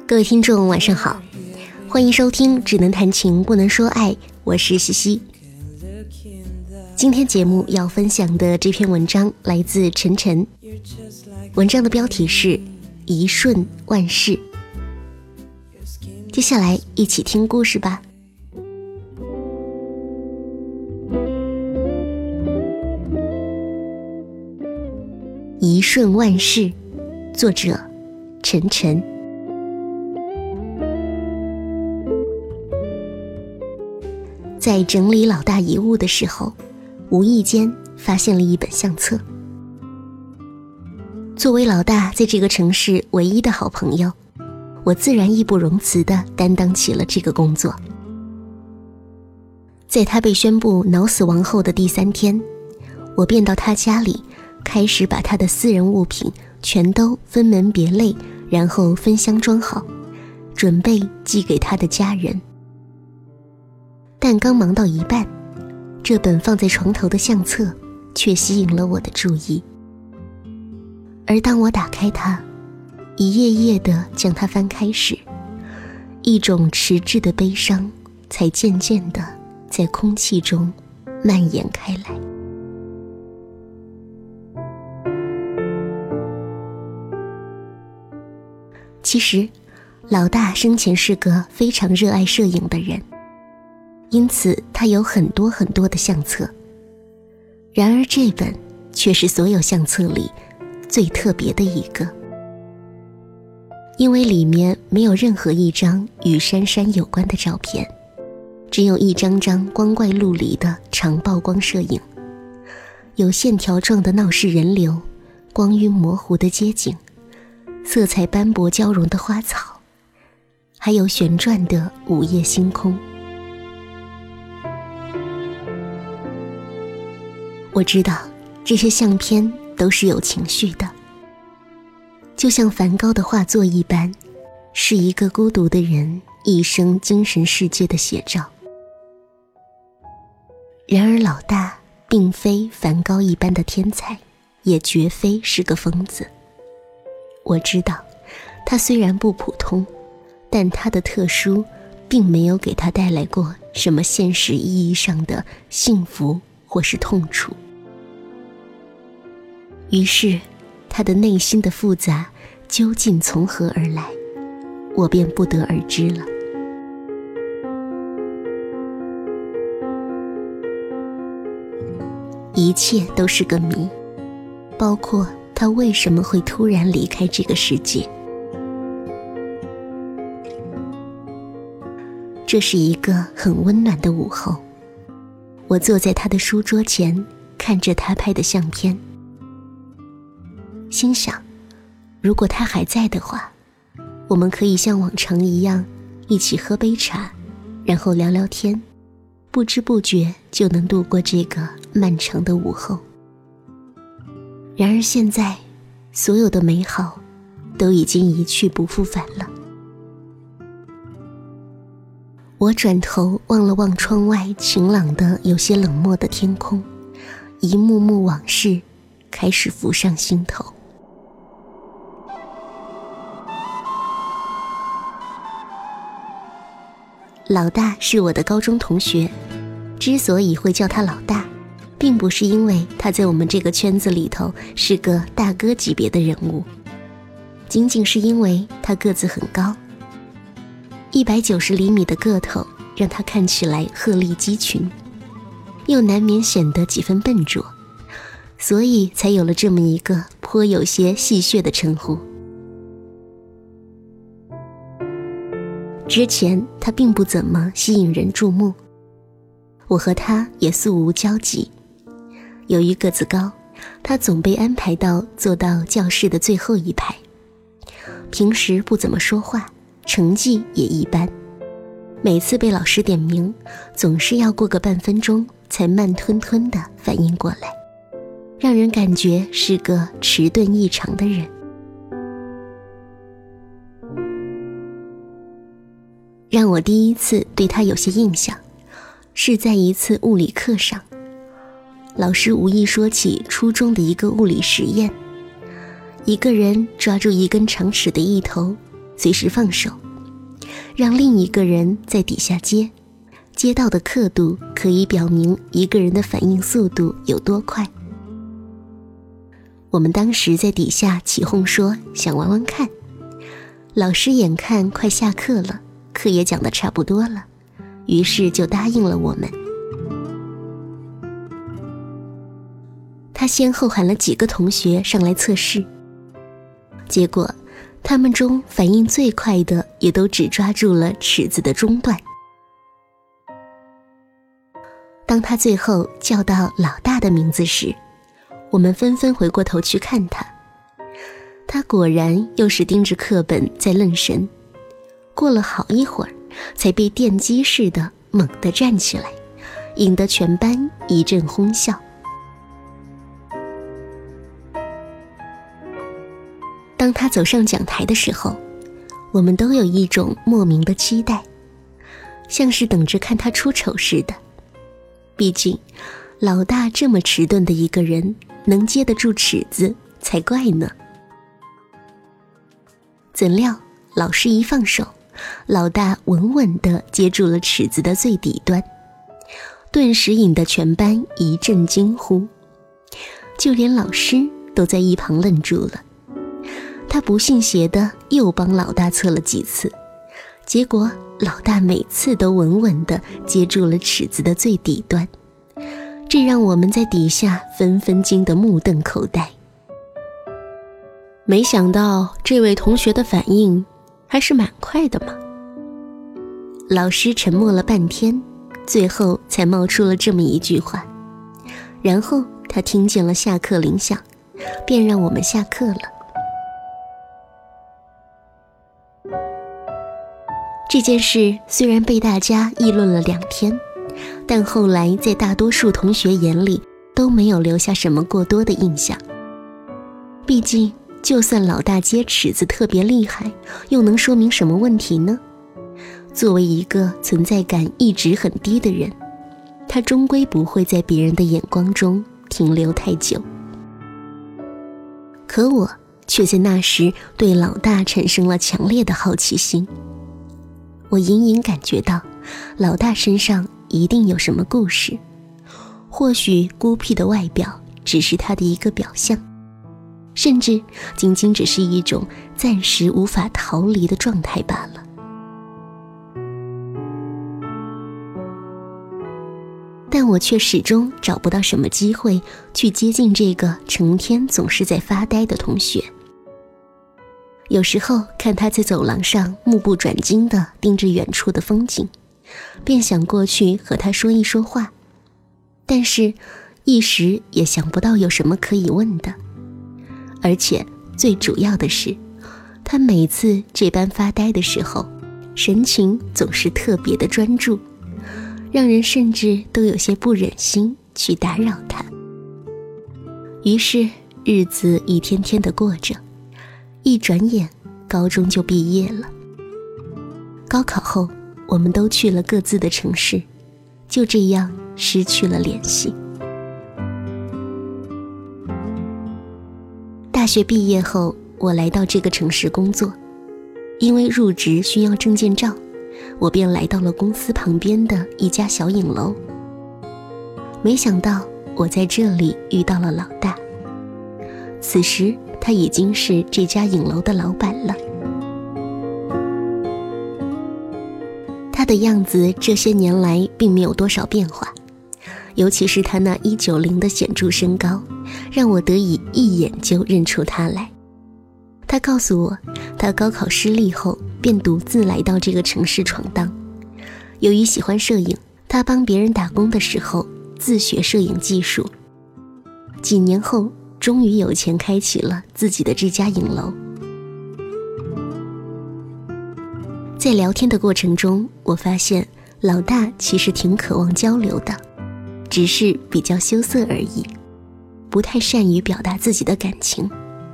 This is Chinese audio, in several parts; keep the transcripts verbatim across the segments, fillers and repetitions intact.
各位听众晚上好，欢迎收听只能谈情不能说爱，我是西西。今天节目要分享的这篇文章来自晨晨，文章的标题是一瞬万事。接下来一起听故事吧。一瞬万事，作者晨晨。在整理老大遗物的时候，无意间发现了一本相册。作为老大在这个城市唯一的好朋友，我自然义不容辞地担当起了这个工作。在他被宣布脑死亡后的第三天，我便到他家里，开始把他的私人物品全都分门别类，然后分箱装好，准备寄给他的家人。但刚忙到一半，这本放在床头的相册却吸引了我的注意。而当我打开它，一页页地将它翻开时，一种迟滞的悲伤才渐渐地在空气中蔓延开来。其实，老大生前是个非常热爱摄影的人，因此他有很多很多的相册。然而这本却是所有相册里最特别的一个，因为里面没有任何一张与珊珊有关的照片，只有一张张光怪陆离的长曝光摄影，有线条状的闹市人流，光晕模糊的街景，色彩斑驳交融的花草，还有旋转的午夜星空。我知道这些相片都是有情绪的，就像梵高的画作一般，是一个孤独的人一生精神世界的写照。然而老大并非梵高一般的天才，也绝非是个疯子。我知道他虽然不普通，但他的特殊并没有给他带来过什么现实意义上的幸福或是痛楚。于是他的内心的复杂究竟从何而来，我便不得而知了。一切都是个谜，包括他为什么会突然离开这个世界。这是一个很温暖的午后，我坐在他的书桌前，看着他拍的相片，心想，如果他还在的话，我们可以像往常一样一起喝杯茶，然后聊聊天，不知不觉就能度过这个漫长的午后。然而现在，所有的美好都已经一去不复返了。我转头望了望窗外晴朗的有些冷漠的天空，一幕幕往事开始浮上心头。老大是我的高中同学，之所以会叫他老大，并不是因为他在我们这个圈子里头是个大哥级别的人物，仅仅是因为他个子很高，一百九十厘米的个头让他看起来鹤立鸡群，又难免显得几分笨拙，所以才有了这么一个颇有些戏谑的称呼。之前他并不怎么吸引人注目，我和他也素无交集。由于个子高，他总被安排到坐到教室的最后一排，平时不怎么说话，成绩也一般，每次被老师点名，总是要过个半分钟才慢吞吞地反应过来，让人感觉是个迟钝异常的人。让我第一次对他有些印象，是在一次物理课上，老师无意说起初中的一个物理实验，一个人抓住一根长尺的一头， 随时放手，让另一个人在底下接，接到的刻度可以表明一个人的反应速度有多快。我们当时在底下起哄说想玩玩看，老师眼看快下课了，课也讲得差不多了，于是就答应了我们。他先后喊了几个同学上来测试，结果他们中反应最快的也都只抓住了尺子的中段。当他最后叫到老大的名字时，我们纷纷回过头去看他，他果然又是盯着课本在愣神，过了好一会儿才被电击似的猛地站起来，引得全班一阵哄笑。当他走上讲台的时候，我们都有一种莫名的期待，像是等着看他出丑似的。毕竟老大这么迟钝的一个人，能接得住尺子才怪呢。怎料老师一放手，老大稳稳地接住了尺子的最底端，顿时引得全班一阵惊呼，就连老师都在一旁愣住了。他不信邪的又帮老大测了几次，结果老大每次都稳稳地接住了尺子的最底端，这让我们在底下纷纷惊得目瞪口呆。没想到这位同学的反应还是蛮快的嘛。老师沉默了半天，最后才冒出了这么一句话，然后他听见了下课铃响，便让我们下课了。这件事虽然被大家议论了两天，但后来在大多数同学眼里都没有留下什么过多的印象。毕竟就算老大接尺子特别厉害，又能说明什么问题呢？作为一个存在感一直很低的人，他终归不会在别人的眼光中停留太久。可我却在那时对老大产生了强烈的好奇心。我隐隐感觉到老大身上一定有什么故事，或许孤僻的外表只是他的一个表象，甚至仅仅只是一种暂时无法逃离的状态罢了。但我却始终找不到什么机会去接近这个成天总是在发呆的同学。有时候看他在走廊上目不转睛地盯着远处的风景，便想过去和他说一说话，但是一时也想不到有什么可以问的。而且最主要的是，他每次这般发呆的时候，神情总是特别的专注，让人甚至都有些不忍心去打扰他。于是日子一天天的过着，一转眼高中就毕业了。高考后我们都去了各自的城市，就这样失去了联系。大学毕业后，我来到这个城市工作，因为入职需要证件照，我便来到了公司旁边的一家小影楼。没想到我在这里遇到了老大，此时他已经是这家影楼的老板了。他的样子这些年来并没有多少变化，尤其是他那一九零的显著身高，让我得以一眼就认出他来。他告诉我，他高考失利后便独自来到这个城市闯荡。由于喜欢摄影，他帮别人打工的时候自学摄影技术。几年后，终于有钱开启了自己的这家影楼。在聊天的过程中，我发现老大其实挺渴望交流的，只是比较羞涩而已，不太善于表达自己的感情。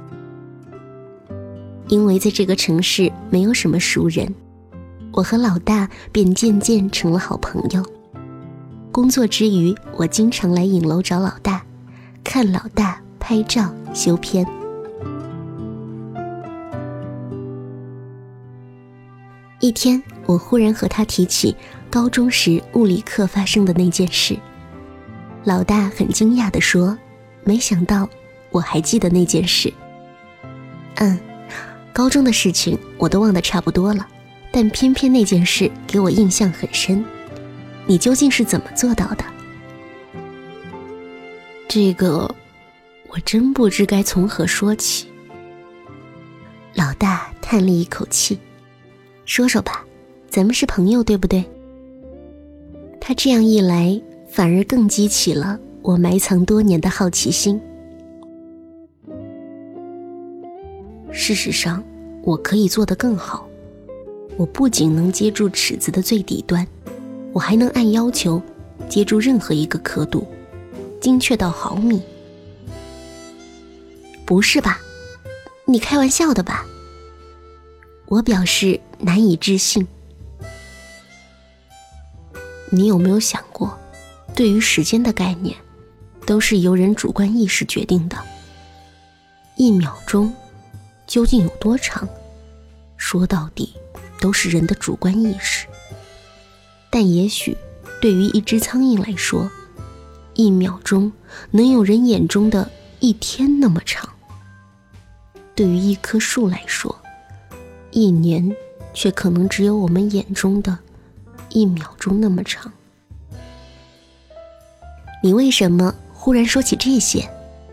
因为在这个城市没有什么熟人，我和老大便渐渐成了好朋友。工作之余，我经常来影楼找老大，看老大拍照修片。 一天，我忽然和他提起高中时物理课发生的那件事。老大很惊讶地说，没想到我还记得那件事。嗯，高中的事情我都忘得差不多了，但偏偏那件事给我印象很深。你究竟是怎么做到的？这个，我真不知该从何说起。老大叹了一口气，说说吧，咱们是朋友，对不对？他这样一来，反而更激起了我埋藏多年的好奇心。事实上，我可以做得更好。我不仅能接住尺子的最底端，我还能按要求接住任何一个刻度，精确到毫米。不是吧？你开玩笑的吧？我表示难以置信。你有没有想过，对于时间的概念，都是由人主观意识决定的。一秒钟究竟有多长？说到底，都是人的主观意识。但也许，对于一只苍蝇来说，一秒钟能有人眼中的一天那么长。对于一棵树来说，一年却可能只有我们眼中的一秒钟那么长。你为什么忽然说起这些？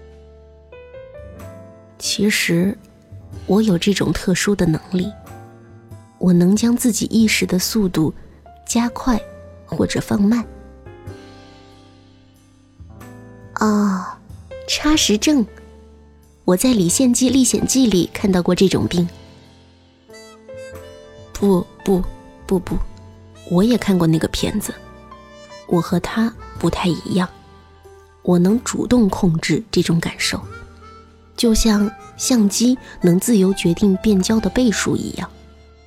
其实，我有这种特殊的能力，我能将自己意识的速度加快或者放慢。哦，差时症，我在《李献计历险记》里看到过这种病。不不不不，我也看过那个片子。我和他不太一样，我能主动控制这种感受，就像相机能自由决定变焦的倍数一样。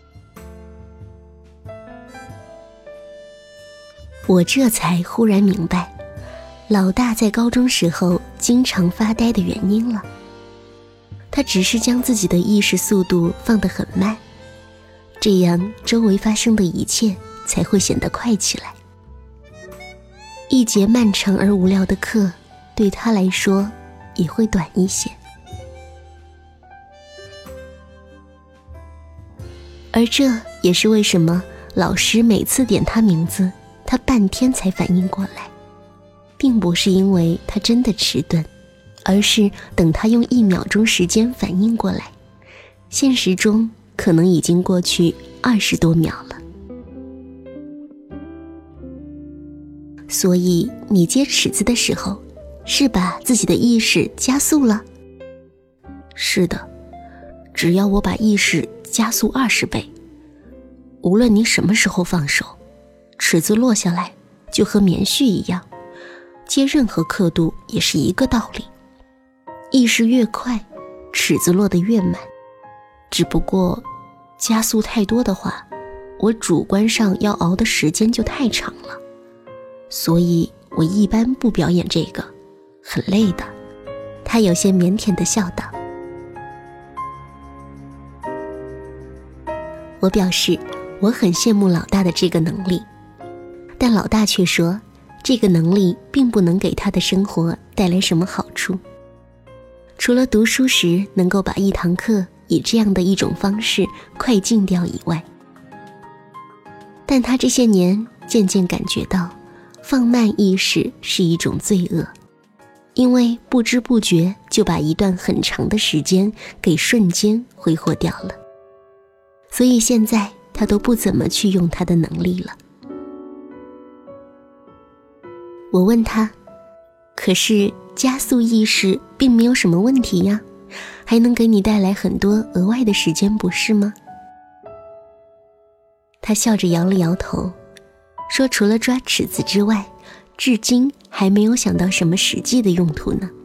我这才忽然明白，老大在高中时候经常发呆的原因了。他只是将自己的意识速度放得很慢，这样周围发生的一切才会显得快起来。一节漫长而无聊的课，对他来说也会短一些。而这也是为什么老师每次点他名字，他半天才反应过来，并不是因为他真的迟钝，而是等他用一秒钟时间反应过来，现实中可能已经过去二十多秒了。所以你接尺子的时候，是把自己的意识加速了？是的，只要我把意识加速二十倍，无论你什么时候放手，尺子落下来就和棉絮一样，接任何刻度也是一个道理。意识越快，尺子落得越慢。只不过加速太多的话，我主观上要熬的时间就太长了，所以我一般不表演这个，很累的。他有些腼腆地笑道。我表示我很羡慕老大的这个能力，但老大却说，这个能力并不能给他的生活带来什么好处，除了读书时能够把一堂课以这样的一种方式快进掉以外。但他这些年渐渐感觉到，放慢意识是一种罪恶，因为不知不觉就把一段很长的时间给瞬间挥霍掉了。所以现在他都不怎么去用他的能力了。我问他，可是加速意识并没有什么问题呀，还能给你带来很多额外的时间，不是吗？他笑着摇了摇头，说除了抓尺子之外，至今还没有想到什么实际的用途呢。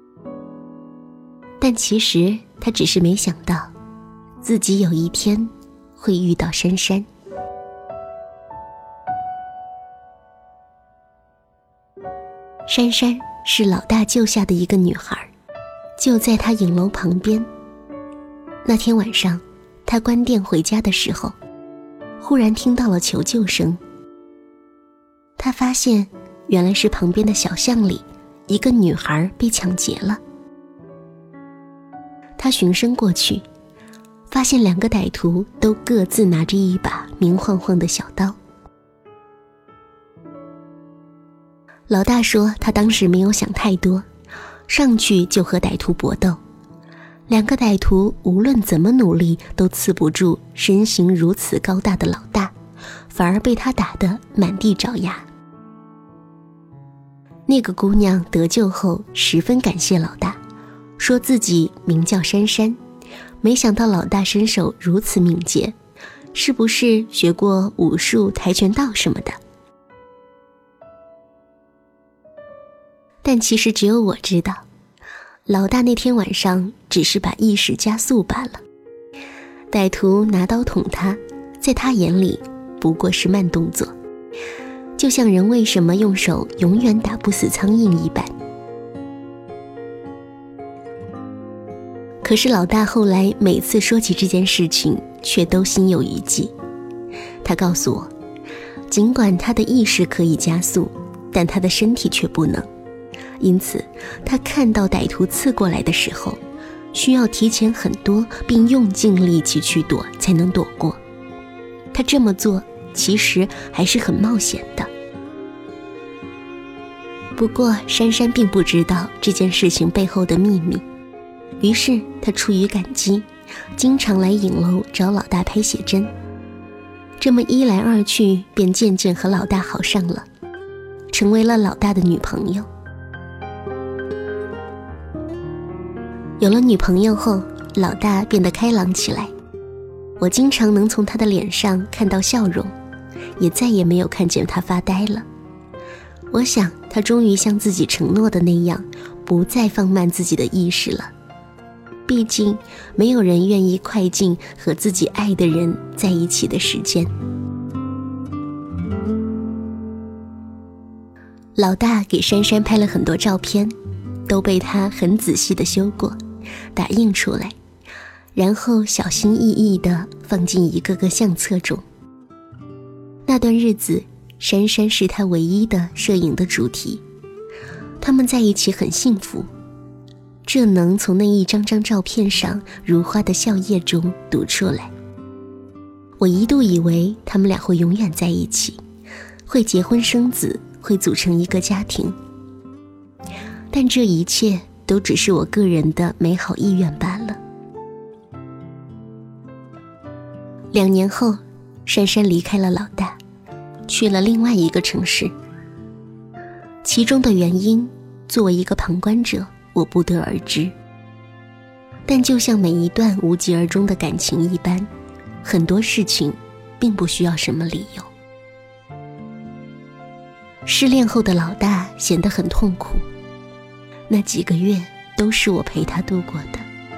但其实他只是没想到，自己有一天会遇到珊珊。珊珊是老大救下的一个女孩，就在他影楼旁边。那天晚上，他关店回家的时候， 忽然听到了求救声。他发现原来是旁边的小巷里一个女孩被抢劫了。他循声过去，发现两个歹徒都各自拿着一把明晃晃的小刀。老大说他当时没有想太多，上去就和歹徒搏斗。两个歹徒无论怎么努力都刺不住身形如此高大的老大，反而被他打得满地找牙。那个姑娘得救后十分感谢老大，说自己名叫珊珊，没想到老大身手如此敏捷，是不是学过武术、跆拳道什么的？但其实只有我知道，老大那天晚上只是把意识加速罢了。歹徒拿刀捅他，在他眼里不过是慢动作，就像人为什么用手永远打不死苍蝇一般。可是老大后来每次说起这件事情，却都心有余悸。他告诉我，尽管他的意识可以加速，但他的身体却不能。因此他看到歹徒刺过来的时候，需要提前很多并用尽力气去躲才能躲过。他这么做其实还是很冒险的。不过珊珊并不知道这件事情背后的秘密，于是她出于感激，经常来影楼找老大拍写真。这么一来二去，便渐渐和老大好上了，成为了老大的女朋友。有了女朋友后，老大变得开朗起来，我经常能从他的脸上看到笑容，也再也没有看见他发呆了。我想他终于像自己承诺的那样，不再放慢自己的意识了。毕竟没有人愿意快进和自己爱的人在一起的时间。老大给珊珊拍了很多照片，都被他很仔细地修过，打印出来，然后小心翼翼地放进一个个相册中。那段日子，珊珊是他唯一的摄影的主题。他们在一起很幸福，这能从那一张张照片上如花的笑靥中读出来。我一度以为他们俩会永远在一起，会结婚生子，会组成一个家庭。但这一切都只是我个人的美好意愿罢了。两年后，珊珊离开了老大，去了另外一个城市。其中的原因，作为一个旁观者，我不得而知。但就像每一段无疾而终的感情一般，很多事情并不需要什么理由。失恋后的老大显得很痛苦，那几个月都是我陪他度过的。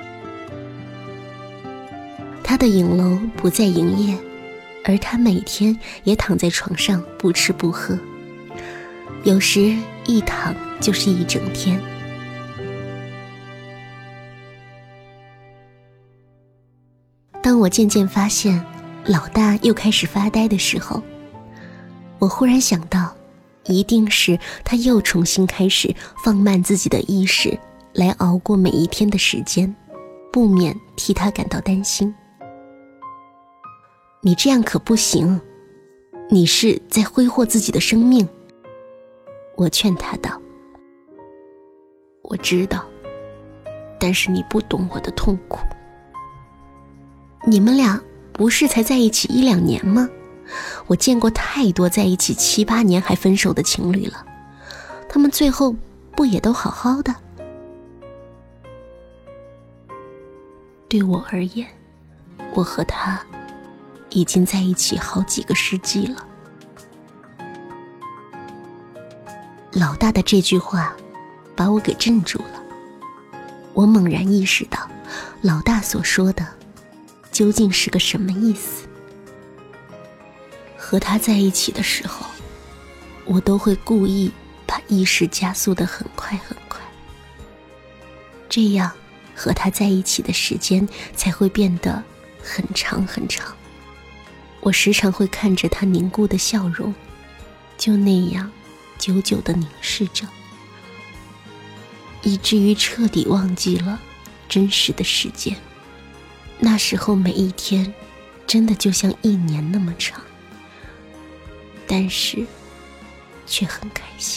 他的影楼不再营业，而他每天也躺在床上不吃不喝，有时一躺就是一整天。当我渐渐发现老大又开始发呆的时候，我忽然想到，一定是他又重新开始放慢自己的意识，来熬过每一天的时间，不免替他感到担心。你这样可不行，你是在挥霍自己的生命。我劝他道。我知道，但是你不懂我的痛苦。你们俩不是才在一起一两年吗？我见过太多在一起七八年还分手的情侣了，他们最后不也都好好的？对我而言，我和他已经在一起好几个世纪了。老大的这句话把我给镇住了，我猛然意识到老大所说的究竟是个什么意思。和他在一起的时候，我都会故意把意识加速得很快很快，这样和他在一起的时间才会变得很长很长。 我时常会看着他凝固的笑容，就那样久久地凝视着，以至于彻底忘记了真实的时间。那时候每一天真的就像一年那么长，但是却很开心。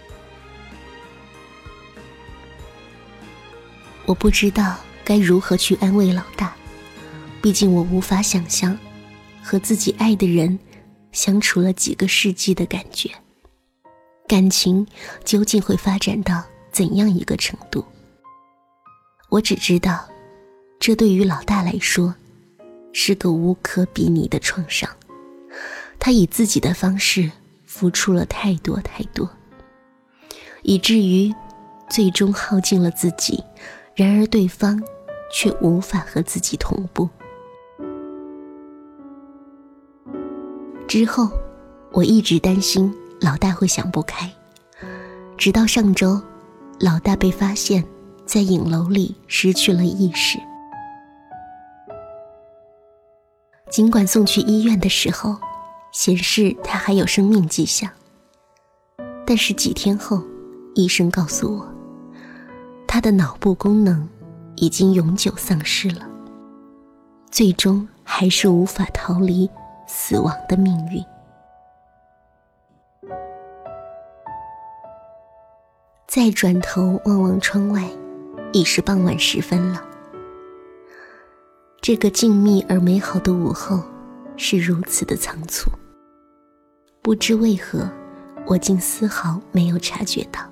我不知道该如何去安慰老大，毕竟我无法想象和自己爱的人相处了几个世纪的感觉，感情究竟会发展到怎样一个程度。我只知道，这对于老大来说是个无可比拟的创伤，他以自己的方式付出了太多太多，以至于最终耗尽了自己，然而对方却无法和自己同步。之后我一直担心老大会想不开，直到上周老大被发现在影楼里失去了意识。尽管送去医院的时候显示他还有生命迹象，但是几天后医生告诉我，他的脑部功能已经永久丧失了，最终还是无法逃离死亡的命运。再转头望望窗外，已是傍晚时分了。这个静谧而美好的午后是如此的仓促，不知为何我竟丝毫没有察觉到。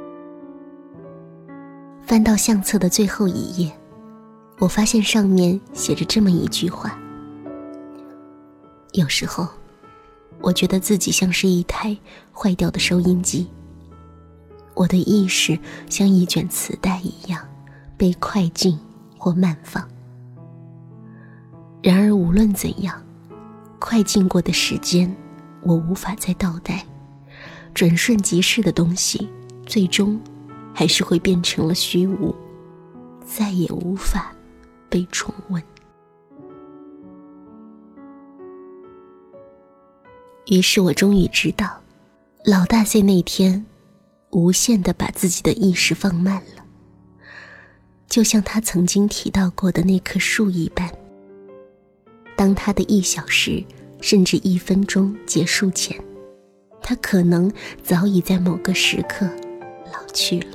翻到相册的最后一页，我发现上面写着这么一句话：有时候我觉得自己像是一台坏掉的收音机，我的意识像一卷磁带一样被快进或慢放。然而无论怎样，快进过的时间我无法再倒带，转瞬即逝的东西最终还是会变成了虚无，再也无法被重温。于是我终于知道，老大在那天无限地把自己的意识放慢了，就像他曾经提到过的那棵树一般。当他的一小时甚至一分钟结束前，他可能早已在某个时刻老去了。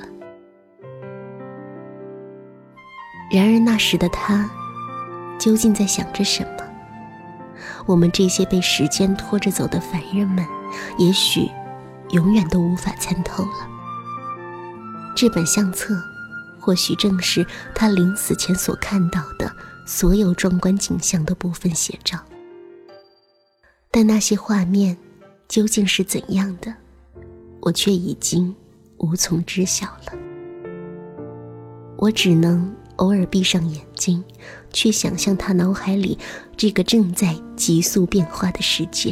然而那时的他究竟在想着什么？我们这些被时间拖着走的凡人们，也许永远都无法参透了。这本相册或许正是他临死前所看到的所有壮观景象的部分写照，但那些画面究竟是怎样的，我却已经无从知晓了。我只能偶尔闭上眼睛，去想象他脑海里这个正在急速变化的世界，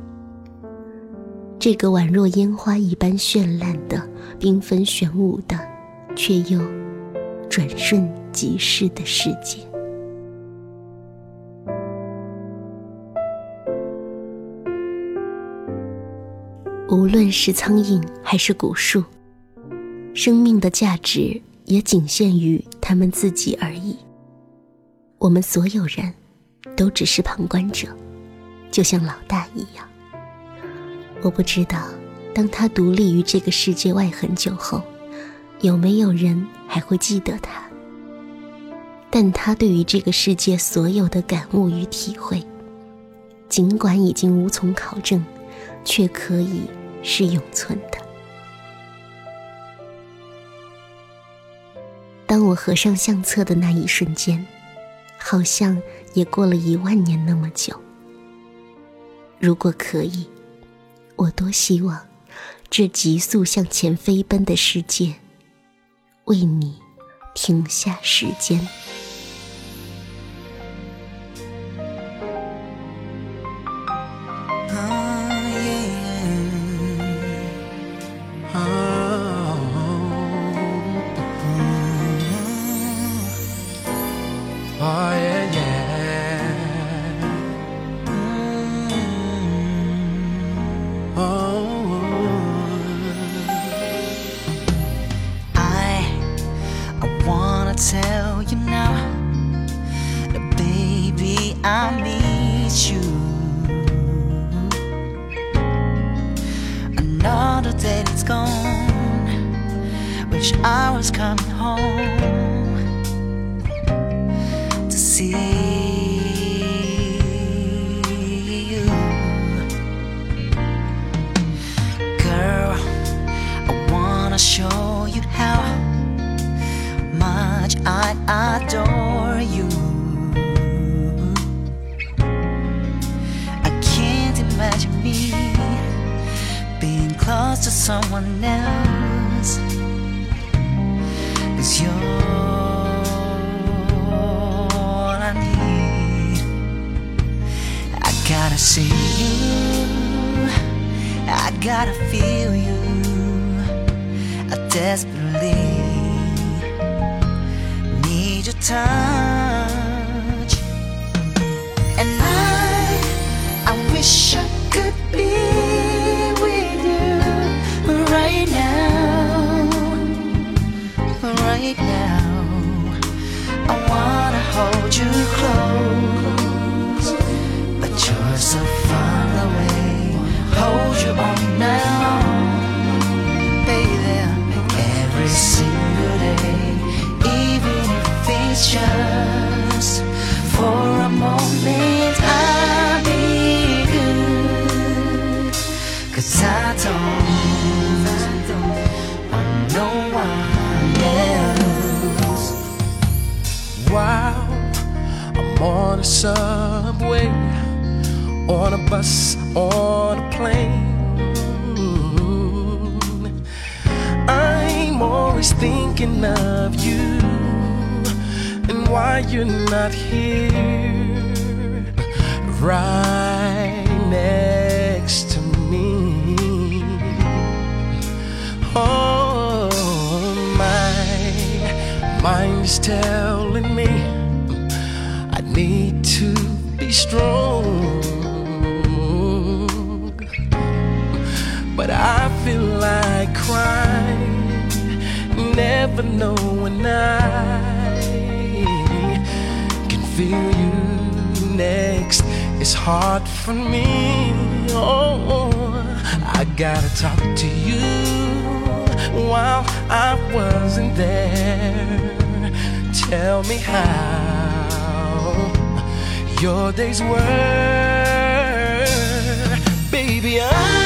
这个宛若烟花一般绚烂的、缤纷玄武的，却又转瞬即逝的世界。无论是苍蝇还是古树，生命的价值也仅限于他们自己而已。我们所有人都只是旁观者，就像老大一样。我不知道当他独立于这个世界外很久后，有没有人还会记得他，但他对于这个世界所有的感悟与体会，尽管已经无从考证，却可以是永存的。当我合上相册的那一瞬间，好像也过了一万年那么久。如果可以，我多希望这急速向前飞奔的世界为你停下时间。 Oh yeah, yeah. tell you now that baby I miss you. Another day that's gone, wish I was coming home to see you. Girl, I wanna show you how much I adore you. I can't imagine me being close to someone else, 'cause you're all I need. I gotta see you, I gotta feel you, I desperately need your touch. And I, I wish I could be with you right now, right now. I wanna hold you close, but you're so far away. Hold you on now, baby, every single day, even if it's just for a moment. I'll be good, 'cause I don't want no one else. Wow, I'm on a subway, on a bus, on a plane. I'm always thinking of you and why you're not here, right next to me. Oh, my mind is telling me I need to be strong, but I feel like crying, never knowing I can feel you next. It's hard for me. Oh, I gotta talk to you while I wasn't there. Tell me how your days were, baby. I